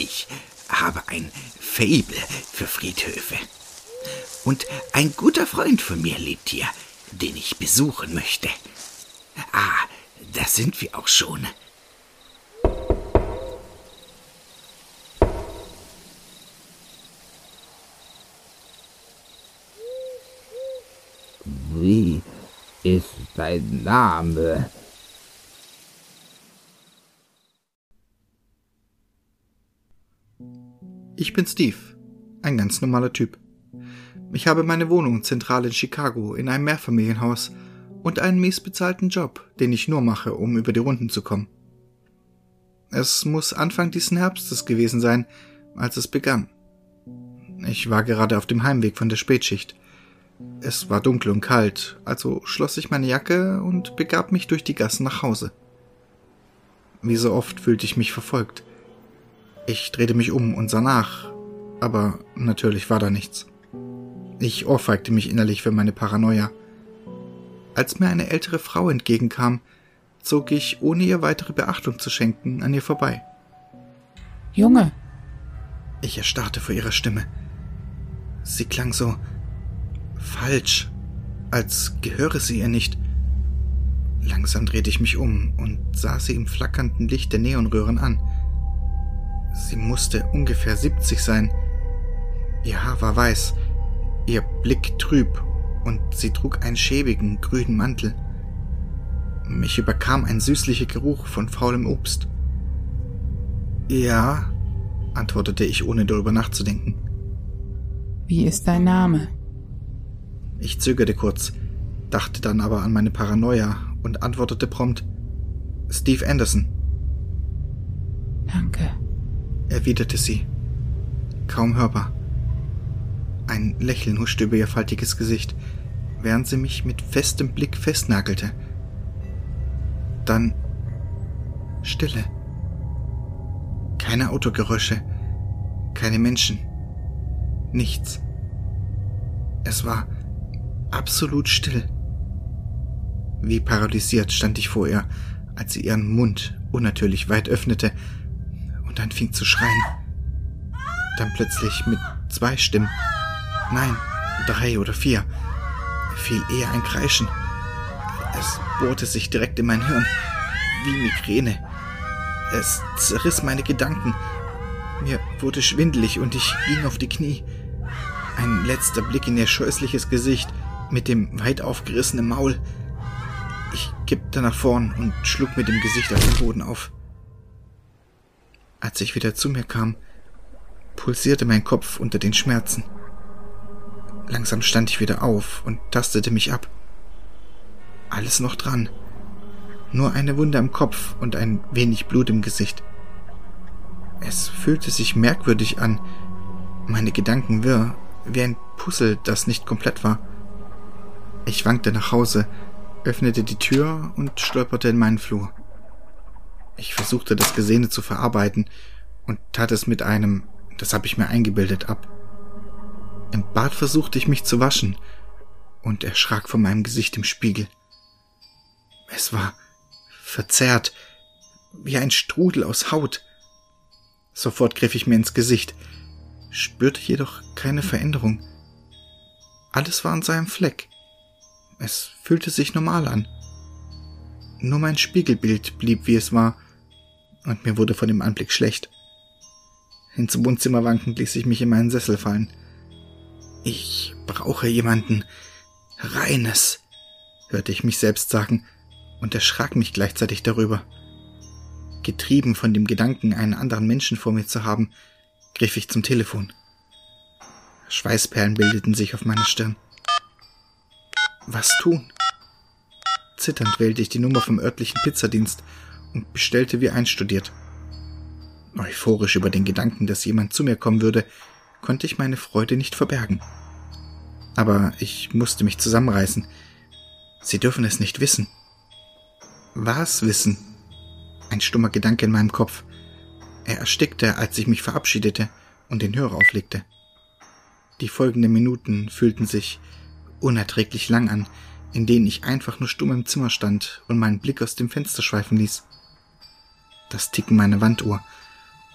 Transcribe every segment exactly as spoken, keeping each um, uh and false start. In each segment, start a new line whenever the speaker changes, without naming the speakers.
Ich habe ein Faible für Friedhöfe. Und ein guter Freund von mir lebt hier, den ich besuchen möchte. Ah, da sind wir auch schon.
Wie ist dein Name?
Ich bin Steve, ein ganz normaler Typ. Ich habe meine Wohnung zentral in Chicago in einem Mehrfamilienhaus und einen mies bezahlten Job, den ich nur mache, um über die Runden zu kommen. Es muss Anfang diesen Herbstes gewesen sein, als es begann. Ich war gerade auf dem Heimweg von der Spätschicht. Es war dunkel und kalt, also schloss ich meine Jacke und begab mich durch die Gassen nach Hause. Wie so oft fühlte ich mich verfolgt. Ich drehte mich um und sah nach, aber natürlich war da nichts. Ich ohrfeigte mich innerlich für meine Paranoia. Als mir eine ältere Frau entgegenkam, zog ich, ohne ihr weitere Beachtung zu schenken, an ihr vorbei.
Junge!
Ich erstarrte vor ihrer Stimme. Sie klang so falsch, als gehöre sie ihr nicht. Langsam drehte ich mich um und sah sie im flackernden Licht der Neonröhren an. Sie musste ungefähr siebzig sein. Ihr Haar war weiß, ihr Blick trüb und sie trug einen schäbigen, grünen Mantel. Mich überkam ein süßlicher Geruch von faulem Obst. »Ja«, antwortete ich, ohne darüber nachzudenken.
»Wie ist dein Name?«
Ich zögerte kurz, dachte dann aber an meine Paranoia und antwortete prompt, »Steve Anderson.«
»Danke«,
erwiderte sie, kaum hörbar. Ein Lächeln huschte über ihr faltiges Gesicht, während sie mich mit festem Blick festnagelte. Dann Stille. Keine Autogeräusche, keine Menschen, nichts. Es war absolut still. Wie paralysiert stand ich vor ihr, als sie ihren Mund unnatürlich weit öffnete und anfing zu schreien. Dann plötzlich mit zwei Stimmen, nein, drei oder vier, fiel eher ein Kreischen. Es bohrte sich direkt in mein Hirn, wie Migräne. Es zerriss meine Gedanken. Mir wurde schwindelig und ich ging auf die Knie. Ein letzter Blick in ihr scheußliches Gesicht mit dem weit aufgerissenen Maul. Ich kippte nach vorn und schlug mit dem Gesicht auf den Boden auf. Als ich wieder zu mir kam, pulsierte mein Kopf unter den Schmerzen. Langsam stand ich wieder auf und tastete mich ab. Alles noch dran. Nur eine Wunde am Kopf und ein wenig Blut im Gesicht. Es fühlte sich merkwürdig an, meine Gedanken wirr, wie ein Puzzle, das nicht komplett war. Ich wankte nach Hause, öffnete die Tür und stolperte in meinen Flur. Ich versuchte, das Gesehene zu verarbeiten und tat es mit einem, das habe ich mir eingebildet, ab. Im Bad versuchte ich mich zu waschen und erschrak vor meinem Gesicht im Spiegel. Es war verzerrt, wie ein Strudel aus Haut. Sofort griff ich mir ins Gesicht, spürte jedoch keine Veränderung. Alles war an seinem Fleck. Es fühlte sich normal an. Nur mein Spiegelbild blieb, wie es war, und mir wurde von dem Anblick schlecht. Ins Wohnzimmer wankend ließ ich mich in meinen Sessel fallen. Ich brauche jemanden Reines, hörte ich mich selbst sagen und erschrak mich gleichzeitig darüber. Getrieben von dem Gedanken, einen anderen Menschen vor mir zu haben, griff ich zum Telefon. Schweißperlen bildeten sich auf meiner Stirn. Was tun? Zitternd wählte ich die Nummer vom örtlichen Pizzadienst und bestellte wie einstudiert. Euphorisch über den Gedanken, dass jemand zu mir kommen würde, konnte ich meine Freude nicht verbergen. Aber ich musste mich zusammenreißen. Sie dürfen es nicht wissen. Was wissen? Ein stummer Gedanke in meinem Kopf. Er erstickte, als ich mich verabschiedete und den Hörer auflegte. Die folgenden Minuten fühlten sich unerträglich lang an, in denen ich einfach nur stumm im Zimmer stand und meinen Blick aus dem Fenster schweifen ließ. Das Ticken meiner Wanduhr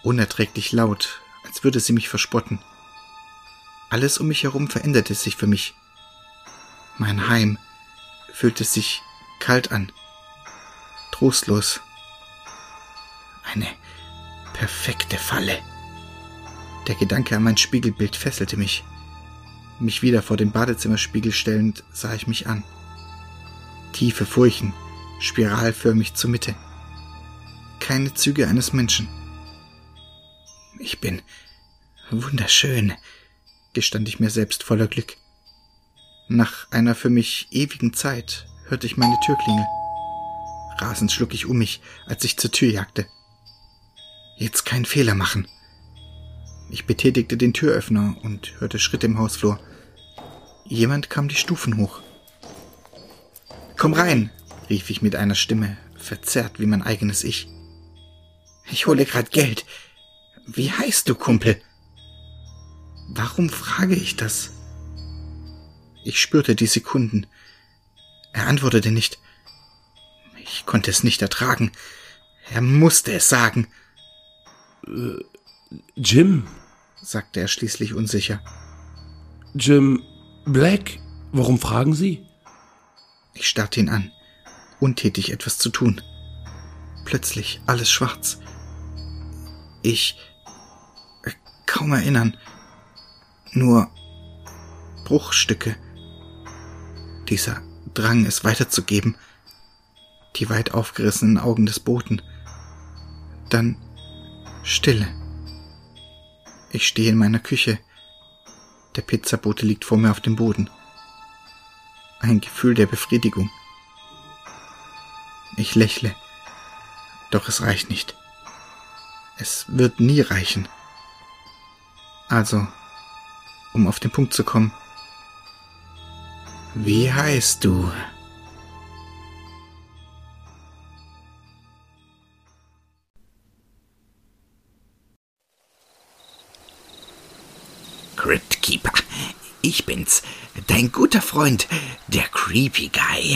unerträglich laut, als würde sie mich verspotten. Alles um mich herum veränderte sich für mich. Mein Heim fühlte sich kalt an, trostlos. Eine perfekte Falle. Der Gedanke an mein Spiegelbild fesselte mich. Mich wieder vor den Badezimmerspiegel stellend, sah ich mich an. Tiefe Furchen, spiralförmig zur Mitte. Keine Züge eines Menschen. Ich bin wunderschön, gestand ich mir selbst voller Glück. Nach einer für mich ewigen Zeit hörte ich meine Türklingel. Rasend schlug ich um mich, als ich zur Tür jagte. Jetzt keinen Fehler machen. Ich betätigte den Türöffner und hörte Schritte im Hausflur. Jemand kam die Stufen hoch. »Komm rein«, rief ich mit einer Stimme, verzerrt wie mein eigenes Ich. »Ich hole grad Geld. Wie heißt du, Kumpel?« Warum frage ich das? Ich spürte die Sekunden. Er antwortete nicht. Ich konnte es nicht ertragen. Er musste es sagen.
Äh, Jim,
sagte er schließlich unsicher.
Jim Black, warum fragen Sie?
Ich starrte ihn an, untätig etwas zu tun. Plötzlich alles schwarz. Ich äh, kaum erinnern. Nur Bruchstücke. Dieser Drang, es weiterzugeben. Die weit aufgerissenen Augen des Boten. Dann Stille. Ich stehe in meiner Küche. Der Pizzabote liegt vor mir auf dem Boden. Ein Gefühl der Befriedigung. Ich lächle. Doch es reicht nicht. Es wird nie reichen. Also, um auf den Punkt zu kommen. Wie heißt du?
Cryptkeeper, ich bin's, dein guter Freund, der Creepy Guy.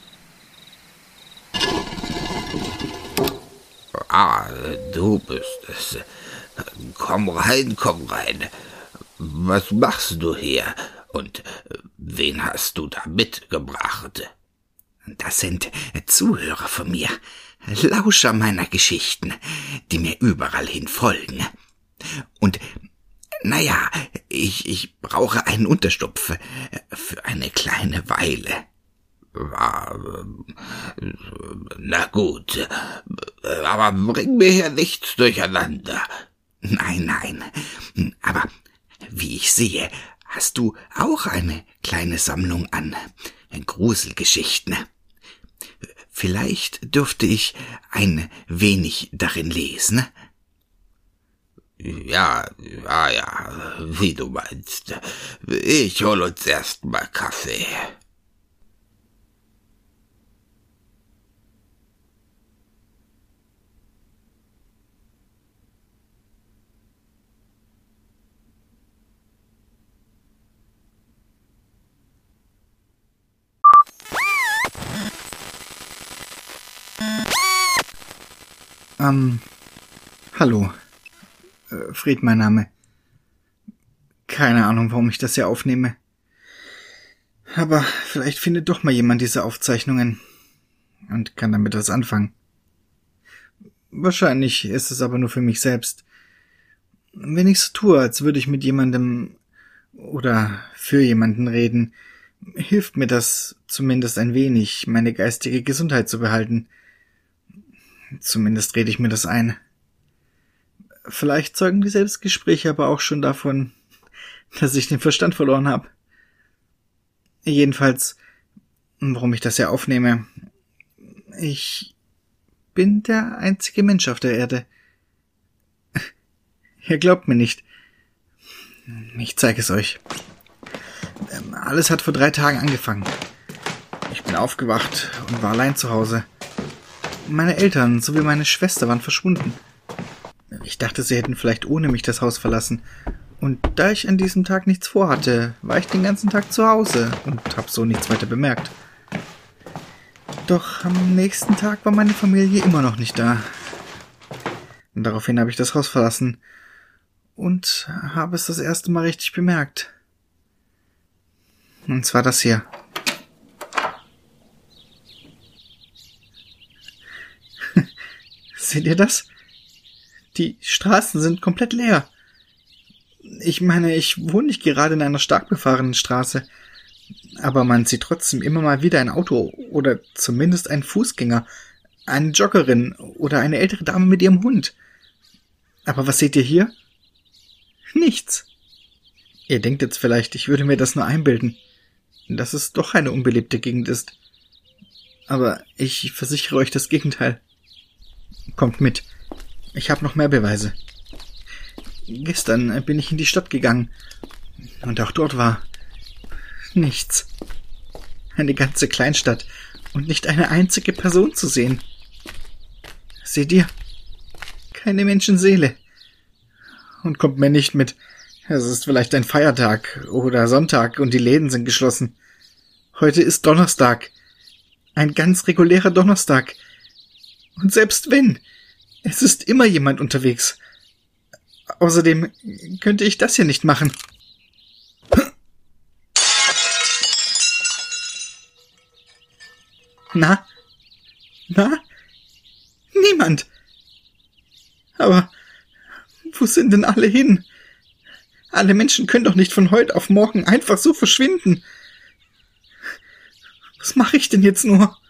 Ah, du bist es. Komm rein, komm rein. Was machst du hier? Und wen hast du da mitgebracht? Das sind Zuhörer von mir, Lauscher meiner Geschichten, die mir überall hin folgen. Und naja, ich, ich brauche einen Unterschlupf für eine kleine Weile. Na gut, aber bring mir hier nichts durcheinander. Nein, nein, aber wie ich sehe, hast du auch eine kleine Sammlung an Gruselgeschichten. Vielleicht dürfte ich ein wenig darin lesen. Ja, ja, ja, wie du meinst. Ich hol uns erst mal Kaffee.
Ähm, hallo. Äh, Fred, mein Name. Keine Ahnung, warum ich das hier aufnehme. Aber vielleicht findet doch mal jemand diese Aufzeichnungen und kann damit was anfangen. Wahrscheinlich ist es aber nur für mich selbst. Wenn ich so tue, als würde ich mit jemandem oder für jemanden reden, hilft mir das zumindest ein wenig, meine geistige Gesundheit zu behalten. Zumindest rede ich mir das ein. Vielleicht zeugen die Selbstgespräche aber auch schon davon, dass ich den Verstand verloren habe. Jedenfalls, warum ich das ja aufnehme, ich bin der einzige Mensch auf der Erde. Ihr glaubt mir nicht. Ich zeige es euch. Alles hat vor drei Tagen angefangen. Ich bin aufgewacht und war allein zu Hause. Meine Eltern sowie meine Schwester waren verschwunden. Ich dachte, sie hätten vielleicht ohne mich das Haus verlassen. Und da ich an diesem Tag nichts vorhatte, war ich den ganzen Tag zu Hause und habe so nichts weiter bemerkt. Doch am nächsten Tag war meine Familie immer noch nicht da. Daraufhin habe ich das Haus verlassen und habe es das erste Mal richtig bemerkt. Und zwar das hier. Seht ihr das? Die Straßen sind komplett leer. Ich meine, ich wohne nicht gerade in einer stark befahrenen Straße, aber man sieht trotzdem immer mal wieder ein Auto oder zumindest einen Fußgänger, eine Joggerin oder eine ältere Dame mit ihrem Hund. Aber was seht ihr hier? Nichts. Ihr denkt jetzt vielleicht, ich würde mir das nur einbilden, dass es doch eine unbelebte Gegend ist. Aber ich versichere euch das Gegenteil. Kommt mit. Ich habe noch mehr Beweise. Gestern bin ich in die Stadt gegangen und auch dort war nichts. Eine ganze Kleinstadt und nicht eine einzige Person zu sehen. Seht ihr? Keine Menschenseele. Und kommt mir nicht mit, es ist vielleicht ein Feiertag oder Sonntag und die Läden sind geschlossen. Heute ist Donnerstag. Ein ganz regulärer Donnerstag. Und selbst wenn, es ist immer jemand unterwegs. Außerdem könnte ich das hier nicht machen. Na? Na? Niemand. Aber wo sind denn alle hin? Alle Menschen können doch nicht von heute auf morgen einfach so verschwinden. Was mache ich denn jetzt nur?